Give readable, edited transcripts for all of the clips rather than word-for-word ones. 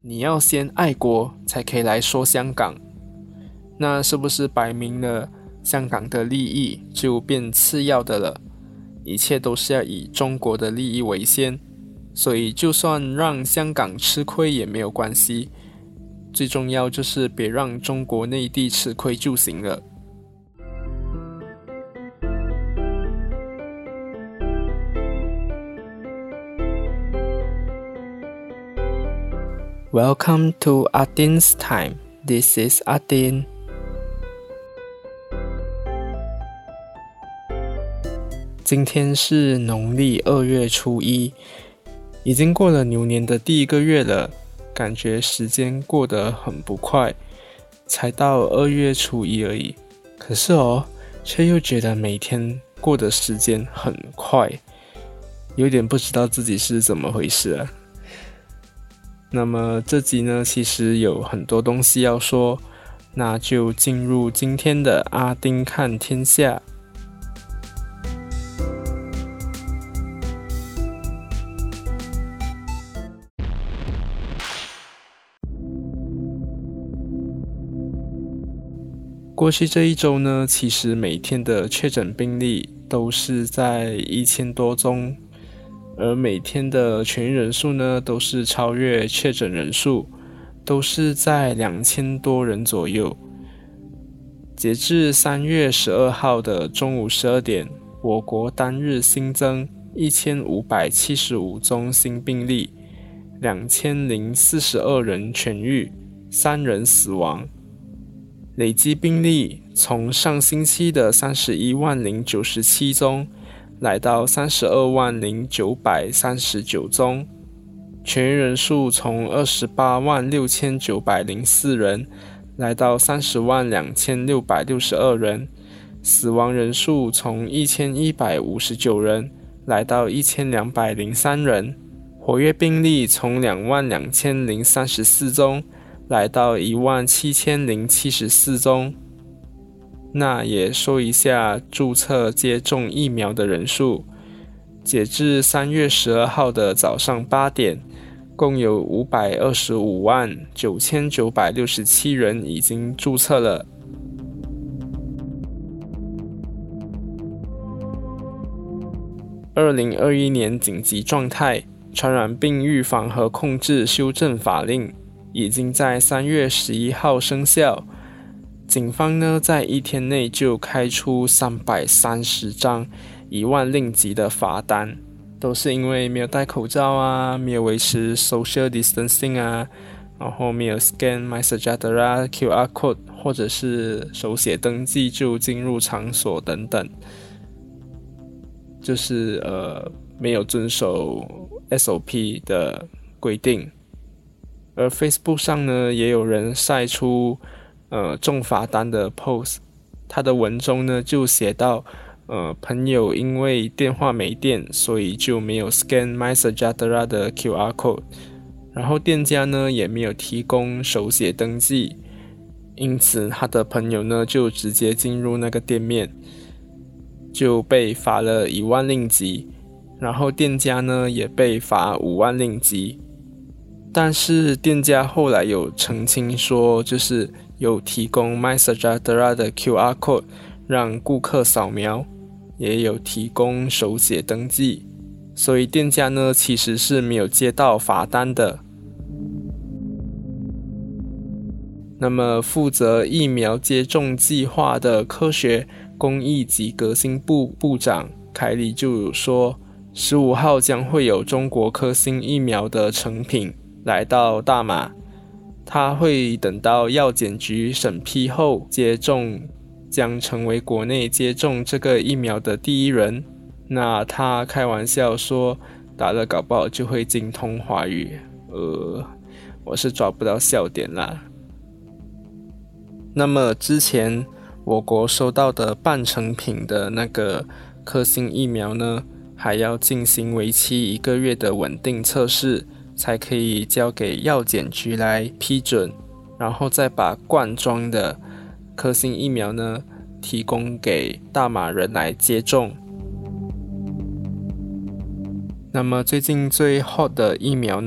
你要先爱国才可以来说香港，那是不是摆明了香港的利益就变次要的了？一切都是要以中国的利益为先，所以就算让香港吃亏也没有关系，最重要就是别让中国内地吃亏就行了。Welcome to Adin's Time. This is Adin. 今天是农历2月初1，已经过了牛年的第1个月了，感觉时间过得很不快，才到2月初1而已。可是却又觉得每天过的时间很快，有点不知道自己是怎么回事了。那么这集呢，其实有很多东西要说，那就进入今天的阿丁看天下。过去这一周呢，其实每天的确诊病例都是在1000多宗，而每天的痊愈人数呢，都是超越确诊人数，都是在2000多人左右。截至3月12号的中午12点，我国单日新增1575宗新病例，2042人痊愈，3人死亡。累积病例从上星期的31万097宗来到32万0939宗，痊愈人数从28万6904人来到30万2662人，死亡人数从1159人来到1203人，活跃病例从2万2034宗来到17074宗。那也说一下注册接种疫苗的人数，截至3月12号的早上8点，共有525万9967人已经注册了。2021年紧急状态传染病预防和控制修正法令已经在3月11号生效，警方呢在1天内就开出330张1万令吉的罚单，都是因为没有戴口罩啊，没有维持 social distancing 啊，然后没有 scan MySejahtera QR code 或者是手写登记就进入场所等等，就是没有遵守 SOP 的规定。而 Facebook 上呢，也有人晒出中罚单的 post， 他的文中呢就写到朋友因为电话没电，所以就没有 scan MySejahtera 的 QR code， 然后店家呢也没有提供手写登记，因此他的朋友呢就直接进入那个店面，就被罚了1万令吉，然后店家呢也被罚5万令吉。但是店家后来有澄清说，就是有提供 MySejahtera 的 QR code 让顾客扫描，也有提供手写登记，所以店家呢其实是没有接到罚单的。那么负责疫苗接种计划的科学、工艺及革新部部长凯里就有说，15号将会有中国科兴疫苗的成品来到大马，他会等到药检局审批后接种，将成为国内接种这个疫苗的第一人。那他开玩笑说，打了搞不好就会精通华语，我是抓不到笑点啦。那么之前我国收到的半成品的那个科兴疫苗呢，还要进行为期1个月的稳定测试，才可以交给药检局来批准，然后再把罐装的科兴疫苗呢提供给大马人来接种。那么最近最 hot 的疫苗呢，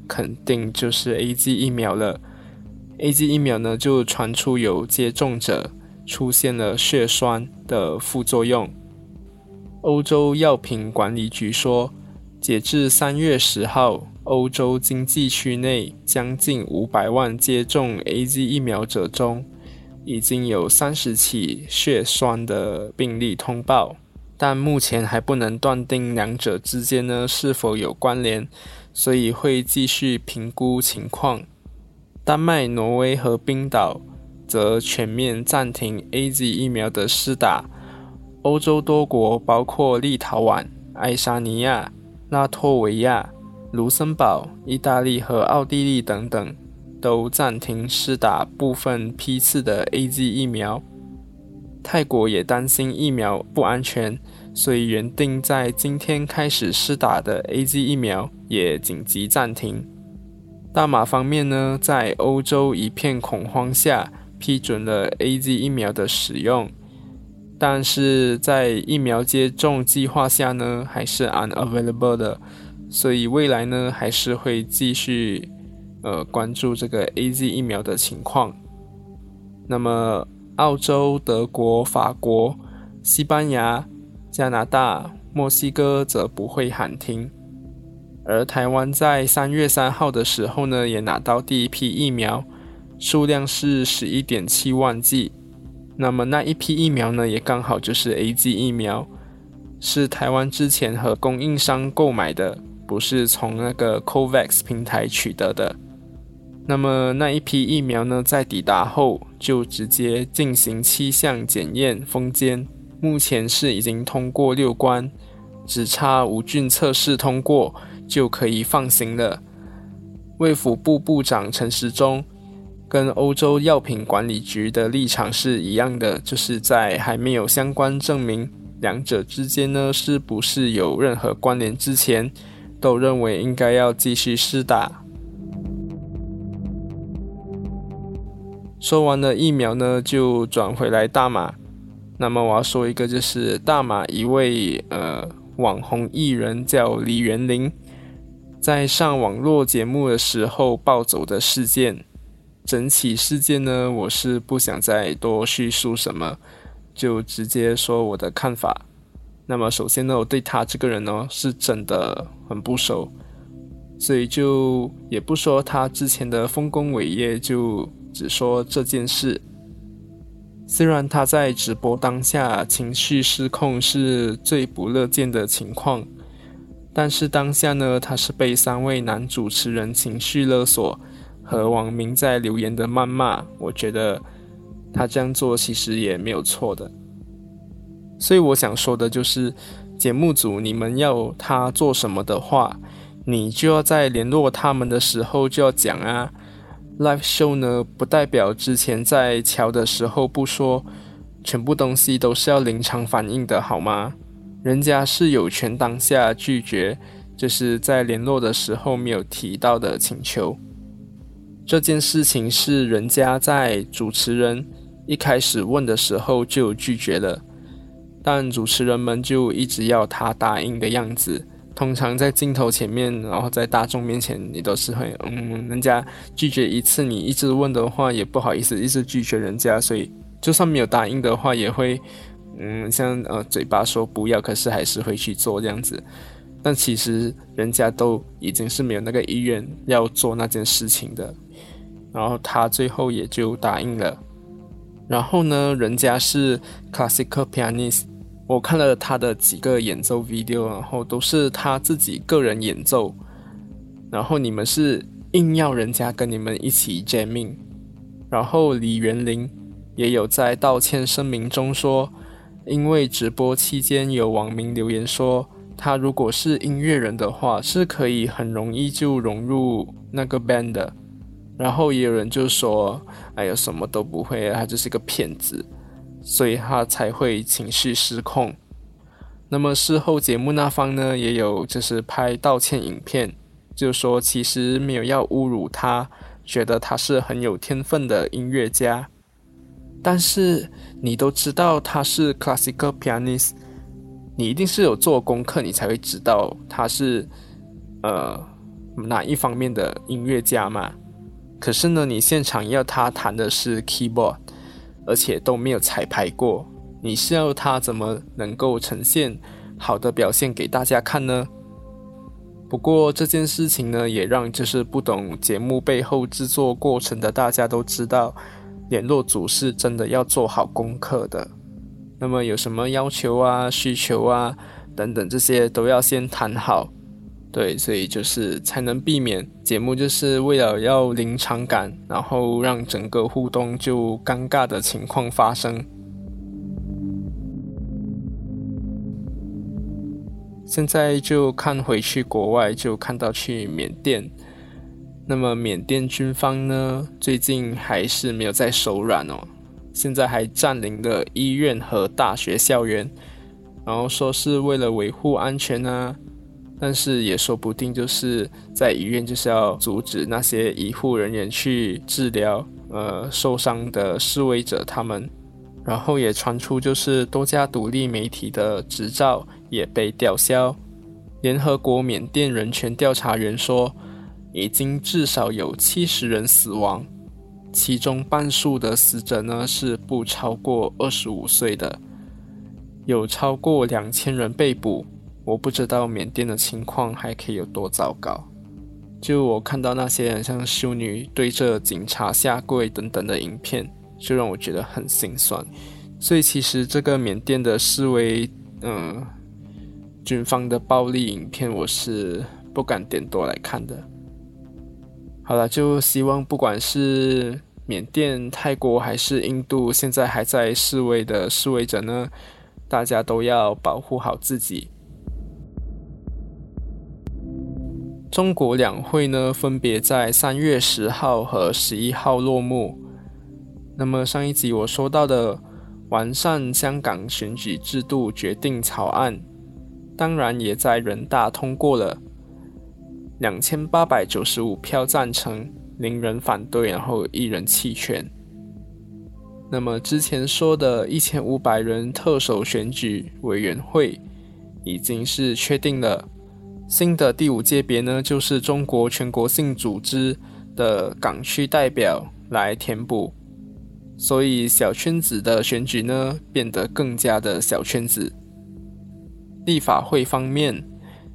肯定就是 AZ 疫苗了。AZ 疫苗呢，就传出有接种者出现了血栓的副作用。欧洲药品管理局说，截至3月10号，欧洲经济区内将近500万接种 AZ 疫苗者中，已经有30起血栓的病例通报，但目前还不能断定两者之间呢是否有关联，所以会继续评估情况。丹麦、挪威和冰岛则全面暂停 AZ 疫苗的施打。欧洲多国包括立陶宛、爱沙尼亚、拉脱维亚、卢森堡、意大利和奥地利等等都暂停施打部分批次的 AZ 疫苗。泰国也担心疫苗不安全，所以原定在今天开始施打的 AZ 疫苗也紧急暂停。大马方面呢，在欧洲一片恐慌下批准了 AZ 疫苗的使用，但是在疫苗接种计划下呢，还是 unavailable 的，所以未来呢还是会继续关注这个 AZ 疫苗的情况。那么澳洲、德国、法国、西班牙、加拿大、墨西哥则不会喊停。而台湾在3月3号的时候呢，也拿到第一批疫苗，数量是 11.7 万剂。那么那一批疫苗呢，也刚好就是 AZ 疫苗，是台湾之前和供应商购买的，不是从那个 COVAX 平台取得的。那么那一批疫苗呢，在抵达后就直接进行7项检验封监，目前是已经通过6关，只差无菌测试通过就可以放行了。卫福部部长陈时中跟欧洲药品管理局的立场是一样的，就是在还没有相关证明两者之间呢是不是有任何关联之前，都认为应该要继续施打。说完了疫苗呢，就转回来大马。那么我要说一个，就是大马一位网红艺人叫李元林，在上网络节目的时候暴走的事件。整起事件呢，我是不想再多叙述什么，就直接说我的看法。那么首先呢，我对他这个人呢是真的很不熟，所以就也不说他之前的丰功伟业，就只说这件事。虽然他在直播当下情绪失控是最不乐见的情况，但是当下呢，他是被3位男主持人情绪勒索和网民在留言的谩骂，我觉得他这样做其实也没有错的。所以我想说的就是，节目组你们要他做什么的话，你就要在联络他们的时候就要讲啊。Live show 呢，不代表之前在瞧的时候不说，全部东西都是要临场反应的好吗？人家是有权当下拒绝，就是在联络的时候没有提到的请求。这件事情是人家在主持人一开始问的时候就拒绝了，但主持人们就一直要他答应的样子。通常在镜头前面，然后在大众面前，你都是会人家拒绝一次，你一直问的话也不好意思一直拒绝人家，所以就算没有答应的话也会像嘴巴说不要，可是还是会去做这样子。但其实人家都已经是没有那个意愿要做那件事情的，然后他最后也就答应了。然后呢，人家是 classical pianist， 我看了他的几个演奏 video， 然后都是他自己个人演奏，然后你们是硬要人家跟你们一起 jamming。 然后李元林也有在道歉声明中说，因为直播期间有网民留言说，他如果是音乐人的话，是可以很容易就融入那个 band 的。然后也有人就说，哎呦，什么都不会，他就是个骗子，所以他才会情绪失控。那么事后节目那方呢，也有就是拍道歉影片，就说其实没有要侮辱他，觉得他是很有天分的音乐家。但是你都知道他是 classical pianist， 你一定是有做功课，你才会知道他是哪一方面的音乐家嘛。可是呢，你现场要他弹的是 keyboard， 而且都没有彩排过，你是要他怎么能够呈现好的表现给大家看呢？不过这件事情呢，也让就是不懂节目背后制作过程的大家都知道，联络组是真的要做好功课的。那么有什么要求啊、需求啊等等，这些都要先谈好。对，所以就是才能避免节目就是为了要临场感，然后让整个互动就尴尬的情况发生。现在就看回去国外，就看到去缅甸。那么缅甸军方呢，最近还是没有在手软哦，现在还占领了医院和大学校园，然后说是为了维护安全啊，但是也说不定就是在医院就是要阻止那些医护人员去治疗受伤的示威者他们。然后也传出就是多家独立媒体的执照也被吊销。联合国缅甸人权调查员说，已经至少有70人死亡，其中半数的死者呢是不超过25岁的，有超过2000人被捕。我不知道缅甸的情况还可以有多糟糕。就我看到那些很像修女对着警察下跪等等的影片，就让我觉得很心酸。所以其实这个缅甸的示威军方的暴力影片，我是不敢点多来看的。好了，就希望不管是缅甸、泰国还是印度，现在还在示威的示威者呢，大家都要保护好自己。中国两会呢，分别在3月10号和11号落幕。那么上一集我说到的完善香港选举制度决定草案，当然也在人大通过了，2895票赞成，0人反对，然后1人弃权。那么之前说的1500人特首选举委员会已经是确定了，新的第5界别呢，就是中国全国性组织的港区代表来填补，所以小圈子的选举呢变得更加的小圈子。立法会方面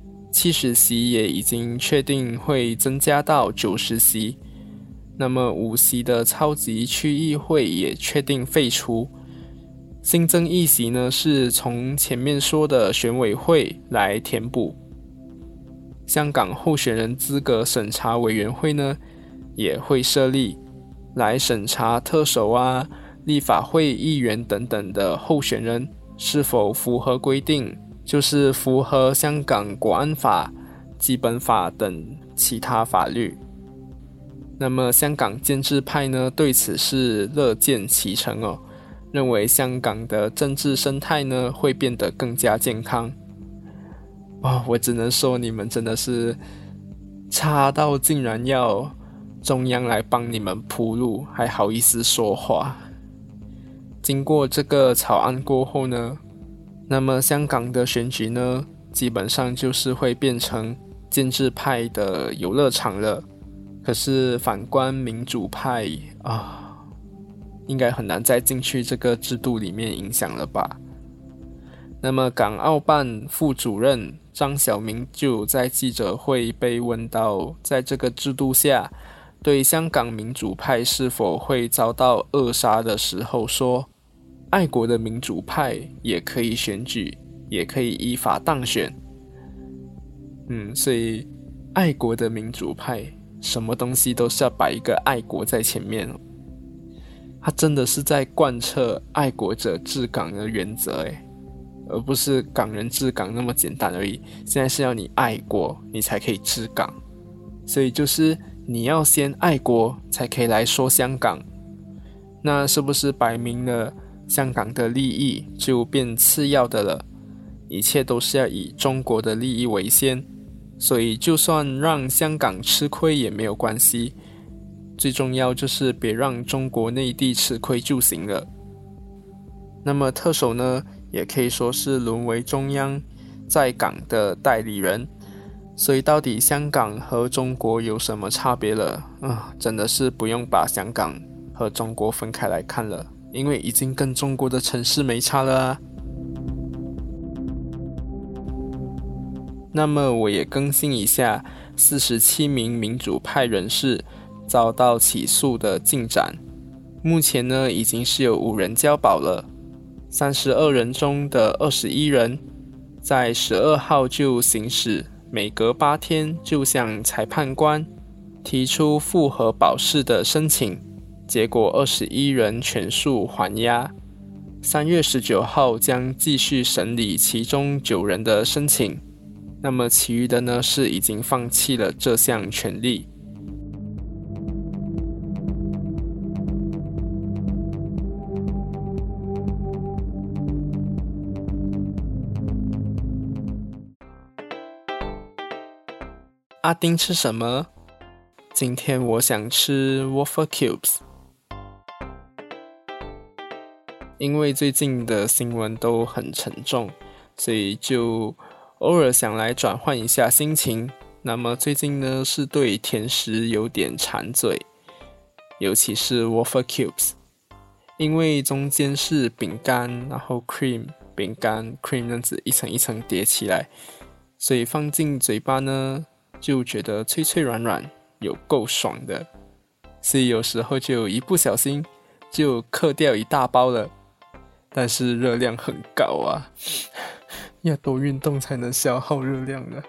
，70席也已经确定会增加到90席，那么5席的超级区议会也确定废除，新增1席呢是从前面说的选委会来填补。香港候选人资格审查委员会呢也会设立，来审查特首啊、立法会议员等等的候选人是否符合规定，就是符合香港国安法、基本法等其他法律。那么香港建制派呢对此是乐见其成哦，认为香港的政治生态呢会变得更加健康。我只能说你们真的是差到竟然要中央来帮你们铺路，还好意思说话。经过这个草案过后呢，那么香港的选举呢基本上就是会变成建制派的游乐场了。可是反观民主派应该很难再进去这个制度里面影响了吧。那么港澳办副主任张晓明就在记者会被问到，在这个制度下对香港民主派是否会遭到扼杀的时候说，爱国的民主派也可以选举，也可以依法当选。所以爱国的民主派什么东西都是要摆一个爱国在前面，他真的是在贯彻爱国者治港的原则而不是港人治港那么简单而已。现在是要你爱国你才可以治港，所以就是你要先爱国才可以来说香港。那是不是摆明了香港的利益就变次要的了？一切都是要以中国的利益为先，所以就算让香港吃亏也没有关系，最重要就是别让中国内地吃亏就行了。那么特首呢也可以说是沦为中央在港的代理人， 所以到底香港和中国有什么差别了？真的是不用把香港和中国分开来看了，因为已经跟中国的城市没差了啊。那么我也更新一下47名民主派人士遭到起诉的进展。目前呢，已经是有5人交保了，32人中的21人在12号就行使每隔8天就向裁判官提出复核保释的申请，结果21人全数还押。3月19号将继续审理其中9人的申请，那么其余的呢是已经放弃了这项权利。阿丁吃什么？今天我想吃 Waffle Cubes， 因为最近的新闻都很沉重，所以就偶尔想来转换一下心情。那么最近呢，是对甜食有点馋嘴，尤其是 Waffle Cubes， 因为中间是饼干，然后 cream 饼干 cream 那样子一层一层叠起来，所以放进嘴巴呢就觉得脆脆软软，有够爽的，所以有时候就一不小心就嗑掉一大包了，但是热量很高啊，要多运动才能消耗热量啊。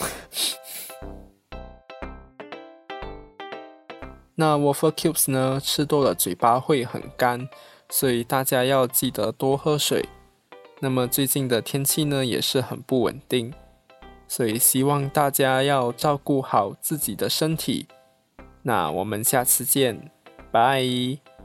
那 Waffle Cubes 呢，吃多了嘴巴会很干，所以大家要记得多喝水。那么最近的天气呢也是很不稳定，所以希望大家要照顾好自己的身体。那我们下次见，拜。